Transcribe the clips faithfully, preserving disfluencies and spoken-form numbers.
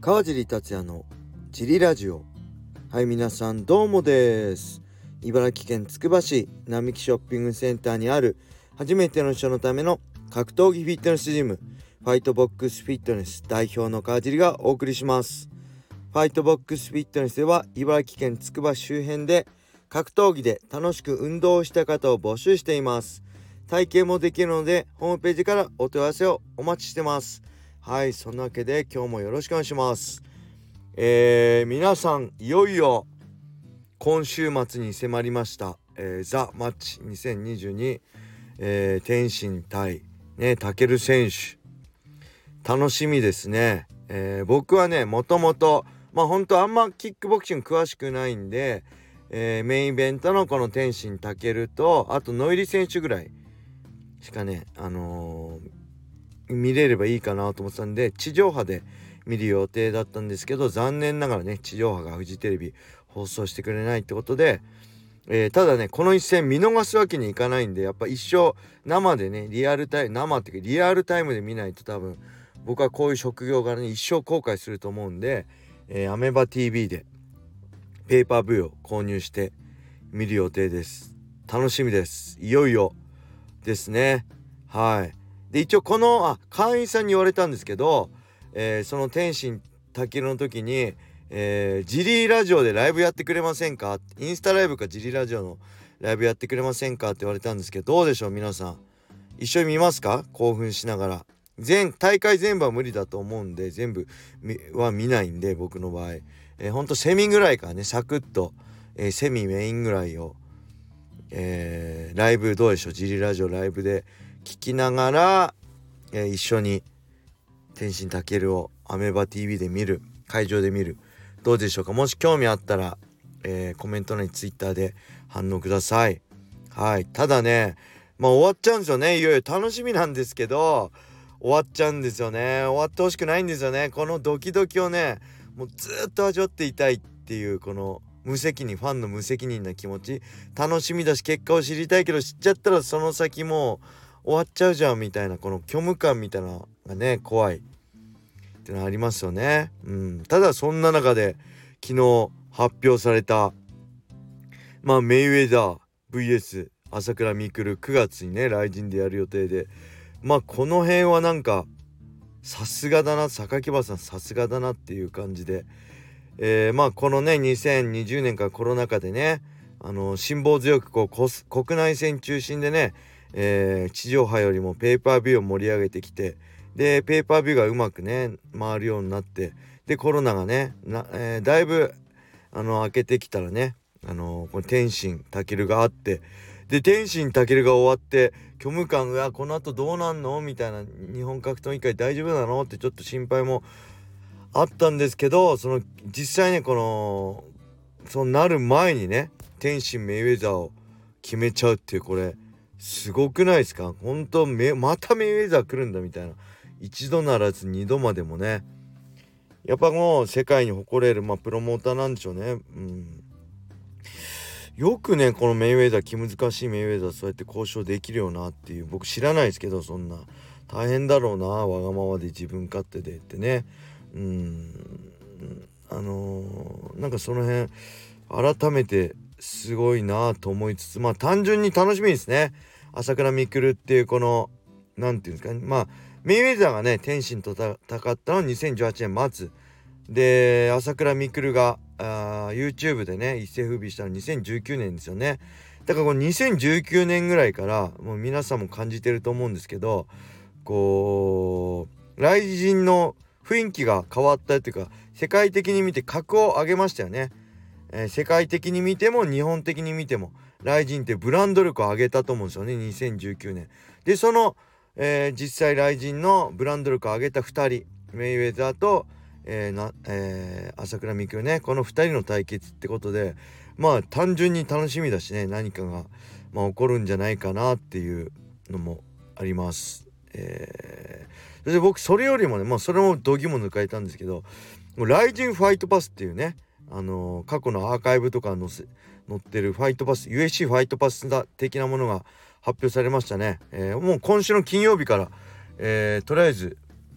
川尻達也のジリラジオ。はい、皆さんどうもです。茨城県つくば市並木ショッピングセンターにある初めての人のための格闘技フィットネスジム、ファイトボックスフィットネス代表の川尻がお送りします。ファイトボックスフィットネスでは茨城県つくば市周辺で格闘技で楽しく運動をした方を募集しています。体験もできるのでホームページからお問い合わせをお待ちしてます。はい、そんなわけで今日もよろしくお願いします。えー、皆さんいよいよ今週末に迫りました、えー、ザ・マッチにせんにじゅうに、えー、天心対ねタケル選手、楽しみですね。えー、僕はねもともとまあ本当あんまキックボクシング詳しくないんで、えー、メインイベントのこの天心タケルとあとノイリ選手ぐらいしかねあのー、見れればいいかなと思ってたんで地上波で見る予定だったんですけど、残念ながらね地上波がフジテレビ放送してくれないってことで、えー、ただねこの一戦見逃すわけにいかないんで、やっぱ一生生でねリアルタイム生っていうかリアルタイムで見ないと多分僕はこういう職業柄ね一生後悔すると思うんで、えー、アメバ ティーブイ でペーパービューを購入して見る予定です。楽しみです。いよいよですね。はい。で一応このあ会員さんに言われたんですけど、えー、その天心タケルの時に、えー、ジリーラジオでライブやってくれませんか、インスタライブかジリーラジオのライブやってくれませんかって言われたんですけど、どうでしょう皆さん、一緒に見ますか？興奮しながら。全大会全部は無理だと思うんで全部は見ないんで僕の場合、えー、ほんとセミぐらいからねサクッと、えー、セミメインぐらいを、えー、ライブどうでしょう、ジリラジオライブで聞きながら、えー、一緒に天心タケルをアメバ ティーブイ で見る、会場で見る、どうでしょうか。もし興味あったら、えー、コメント欄にツイッターで反応ください。はい。ただねまあ終わっちゃうんですよね。いよいよ楽しみなんですけど終わっちゃうんですよね。終わってほしくないんですよね。このドキドキをねもうずっと味わっていたいっていう、この無責任ファンの無責任な気持ち、楽しみだし結果を知りたいけど知っちゃったらその先もう終わっちゃうじゃんみたいな、この虚無感みたいなのがね怖いってのありますよね。うん、ただそんな中で昨日発表されたまあメイウェザー ブイエス 朝倉未来くがつにねライジンでやる予定で、まあこの辺はなんかさすがだな、榊原さんさすがだなっていう感じで、えー、まあこのねにせんにじゅうねんからコロナ禍でねあの辛抱強くこうこ国内戦中心でね、えー、地上波よりもペーパービューを盛り上げてきて、でペーパービューがうまくね回るようになって、でコロナがねな、えー、だいぶあの明けてきたらねあのこの天心タケルがあって、で天心タケルが終わって虚無感がこの後どうなんのみたいな、日本格闘技界大丈夫なのってちょっと心配もあったんですけど、その実際ねこのそうなる前にね天心メイウェザーを決めちゃうっていう、これすごくないですか？本当めまたメイウェザー来るんだみたいな、一度ならず二度までもねやっぱもう世界に誇れる、まあ、プロモーターなんでしょうね。うんよくねこのメイウェザー気難しいメイウェザーそうやって交渉できるよなっていう、僕知らないですけどそんな大変だろうな、わがままで自分勝手でってね。うんあのー、なんかその辺改めてすごいなと思いつつ、まあ単純に楽しみですね。朝倉未来っていうこのなんていうんですかね、まあメイウェザーがね天心と戦ったのにせんじゅうはちねん末で、朝倉未来があ YouTube でね一世風靡したのにせんじゅうきゅうねんですよね。だからこのにせんじゅうきゅうねんぐらいからもう皆さんも感じてると思うんですけど、こう雷神の雰囲気が変わったっていうか、世界的に見て格を上げましたよね。えー、世界的に見ても日本的に見ても雷神ってブランド力を上げたと思うんですよねにせんじゅうきゅうねんで。その、えー、実際雷神のブランド力を上げたふたり、メイウェザーとえーなえー、朝倉未来ね、このふたりの対決ってことでまあ単純に楽しみだしね、何かが、まあ、起こるんじゃないかなっていうのもあります。えー、それで僕それよりもね、まあ、それも度肝抜かれたんですけど、ライジンファイトパスっていうね、あのー、過去のアーカイブとか載せ載ってるファイトパス ユーエフシー ファイトパスだ的なものが発表されましたね。えー、もう今週の金曜日から、えー、とりあえず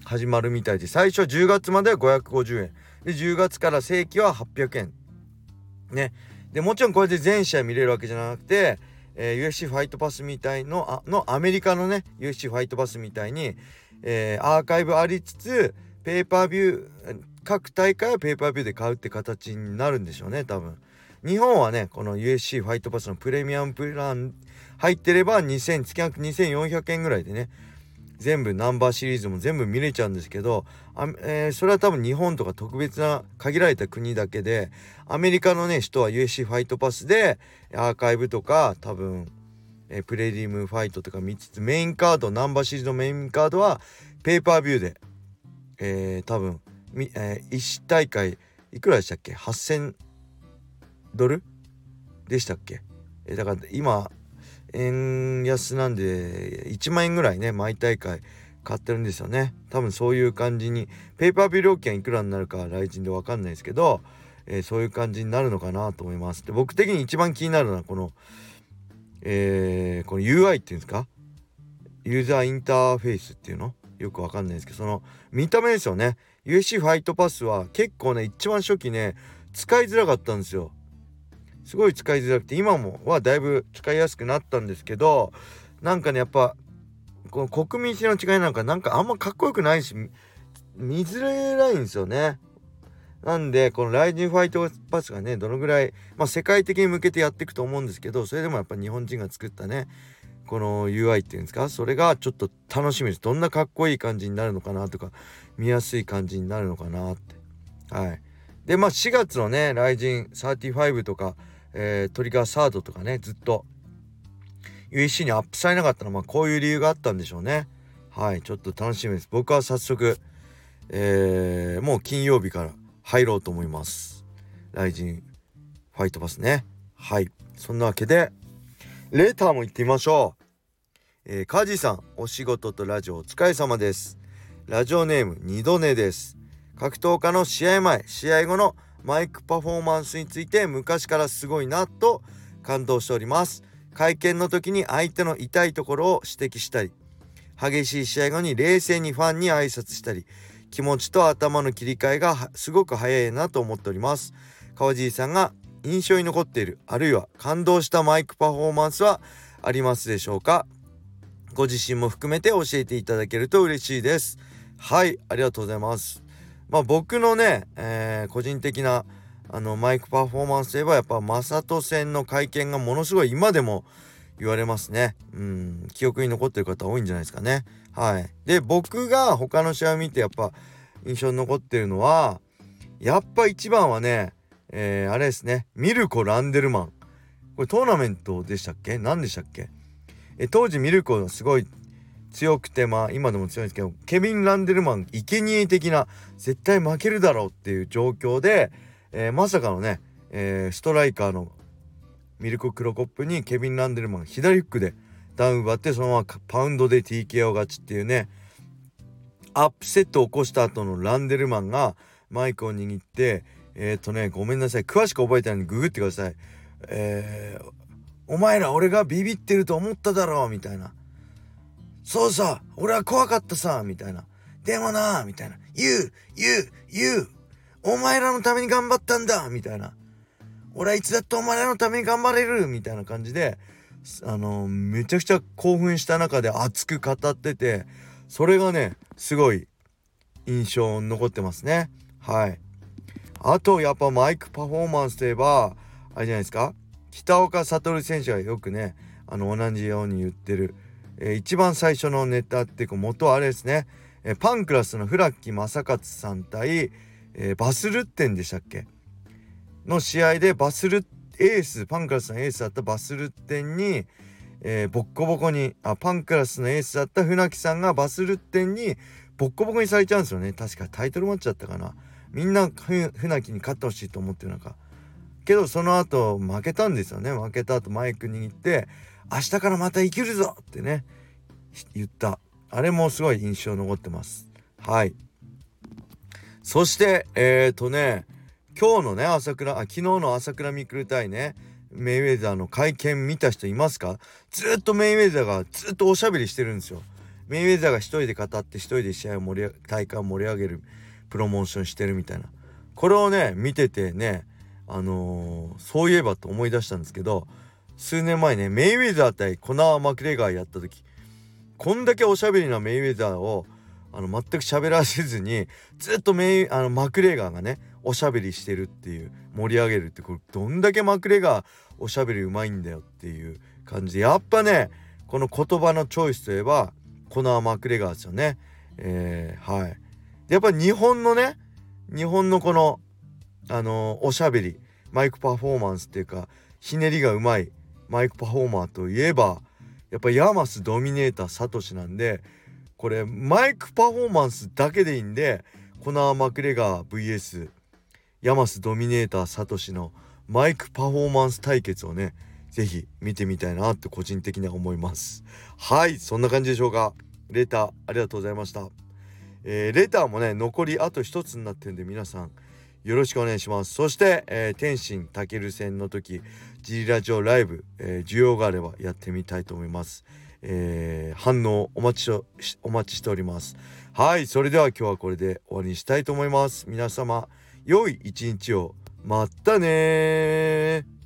始まるみたいで、最初はじゅうがつまではごひゃくごじゅうえんで、じゅうがつから正規ははっぴゃくえんね。でもちろんこれで全試合見れるわけじゃなくて、えー、ユーエフシー ファイトパスみたいのあのアメリカのね ユーエフシー ファイトパスみたいに、えー、アーカイブありつつペーパービュー各大会はペーパービューで買うって形になるんでしょうね多分。日本はねこの ユーエフシー ファイトパスのプレミアムプラン入ってればにせん月額にせんよんひゃくえんぐらいでね全部ナンバーシリーズも全部見れちゃうんですけど、あ、えー、それは多分日本とか特別な限られた国だけで、アメリカのね人は ユーエフシー ファイトパスでアーカイブとか多分、えー、プレディムファイトとか見つつ、メインカードナンバーシリーズのメインカードはペーパービューで、えー、多分み、えー、いち大会いくらでしたっけ、はっせんドルでしたっけ、えー、だから今円安なんでいちまんえんぐらいね毎大会買ってるんですよね。多分そういう感じにペーパービュー料金いくらになるか来人で分かんないですけど、えー、そういう感じになるのかなと思います。で僕的に一番気になるのはこの、えー、この ユーアイ っていうんですか、ユーザーインターフェースっていうのよく分かんないですけど、その見た目ですよね。 ユーエフシー ファイトパスは結構ね一番初期ね使いづらかったんですよ。すごい使いづらくて、今もはだいぶ使いやすくなったんですけど、なんかねやっぱこの国民性の違いなんかなんかあんまかっこよくないし見づらいんですよね。なんでこのライジンファイトパスがねどのぐらい、まあ、世界的に向けてやっていくと思うんですけど、それでもやっぱ日本人が作ったねこの ユーアイ っていうんですか、それがちょっと楽しみです。どんなかっこいい感じになるのかなとか、見やすい感じになるのかなって。はい。でまあしがつのねライジンさんじゅうごとか、えー、トリガーサードとかねずっと ユーエフシー にアップされなかったのは、まあこういう理由があったんでしょうね。はい、ちょっと楽しみです。僕は早速、えー、もう金曜日から入ろうと思います。ライジンファイトパスね。はい、そんなわけでレターも行ってみましょう。えー、カジさん、お仕事とラジオお疲れ様です。ラジオネーム二度寝です。格闘家の試合前試合後のマイクパフォーマンスについて昔からすごいなと感動しております。会見の時に相手の痛いところを指摘したり、激しい試合後に冷静にファンに挨拶したり、気持ちと頭の切り替えがすごく早いなと思っております。川尻さんが印象に残っている、あるいは感動したマイクパフォーマンスはありますでしょうか。ご自身も含めて教えていただけると嬉しいです。はい、ありがとうございます。まあ僕のね、えー、個人的なあのマイクパフォーマンスといえばやっぱマサト戦の会見がものすごい今でも言われますね。うん、記憶に残ってる方多いんじゃないですかね。はい。で僕が他の試合を見てやっぱ印象に残ってるのはやっぱ一番はね、えー、あれですね、ミルコ・ランデルマン。これトーナメントでしたっけ、何でしたっけ。え当時ミルコすごい強くて、まあ今でも強いんですけど、ケビン・ランデルマン生贄的な絶対負けるだろうっていう状況で、えー、まさかのね、えー、ストライカーのミルコ・クロコップにケビン・ランデルマン左フックでダウン奪って、そのままパウンドで ティーケーオー 勝ちっていうね、アップセットを起こした後のランデルマンがマイクを握ってえっ、ー、とねごめんなさい、詳しく覚えてないのにググってください。えー、お前ら俺がビビってると思っただろうみたいな、そうさ俺は怖かったさみたいな、でもなみたいな、言う言う言うお前らのために頑張ったんだみたいな、俺はいつだってお前らのために頑張れるみたいな感じで、あのめちゃくちゃ興奮した中で熱く語ってて、それがねすごい印象に残ってますね。はい。あとやっぱマイクパフォーマンスといえばあれじゃないですか、北岡悟選手がよくねあの同じように言ってる、えー、一番最初のネタっていうか元はあれですね、えー、パンクラスの船木正勝さん対、えー、バスルッテンでしたっけの試合で、バスルエースパンクラスのエースだったバスルッテンに、えー、ボッコボコにあパンクラスのエースだった船木さんがバスルッテンにボッコボコにされちゃうんですよね。確かタイトルマッチだったかな。みんな船木に勝ってほしいと思ってる中けど、その後負けたんですよね。負けた後マイク握って明日からまた生きるぞってね言った、あれもすごい印象残ってます。はい。そしてえーとね今日のね朝倉あ昨日の朝倉未来対ねメイウェザーの会見見た人いますか。ずっとメイウェザーがずっとおしゃべりしてるんですよ。 メイウェザーが一人で語って一人で試合を盛り大会を盛り上げるプロモーションしてるみたいな、これをね見ててね、あのー、そういえばと思い出したんですけど、数年前ねメイウェザー対コナー・マクレガーやった時、こんだけおしゃべりなメイウェザーをあの全く喋らせずにずっとメイあのマクレガーがねおしゃべりしてるっていう、盛り上げるって、これどんだけマクレガーおしゃべりうまいんだよっていう感じで、やっぱねこの言葉のチョイスといえばコナー・マクレガーですよね。えー、はい。でやっぱ日本のね日本のこのあのー、おしゃべりマイクパフォーマンスっていうかひねりがうまいマイクパフォーマーといえばやっぱヤマスドミネーターサトシなんで、これマイクパフォーマンスだけでいいんで、コナー・マクレガー ブイエス ヤマスドミネーターサトシのマイクパフォーマンス対決をねぜひ見てみたいなって個人的には思います。はい、そんな感じでしょうか。レターありがとうございました。えー、レターもね残りあと一つになってるんで皆さんよろしくお願いします。そして、えー、天心たける戦の時ジリラジオライブ、えー、需要があればやってみたいと思います。えー、反応お待ちしお待ちしております。はい、それでは今日はこれで終わりにしたいと思います。皆様良い一日を。またねー。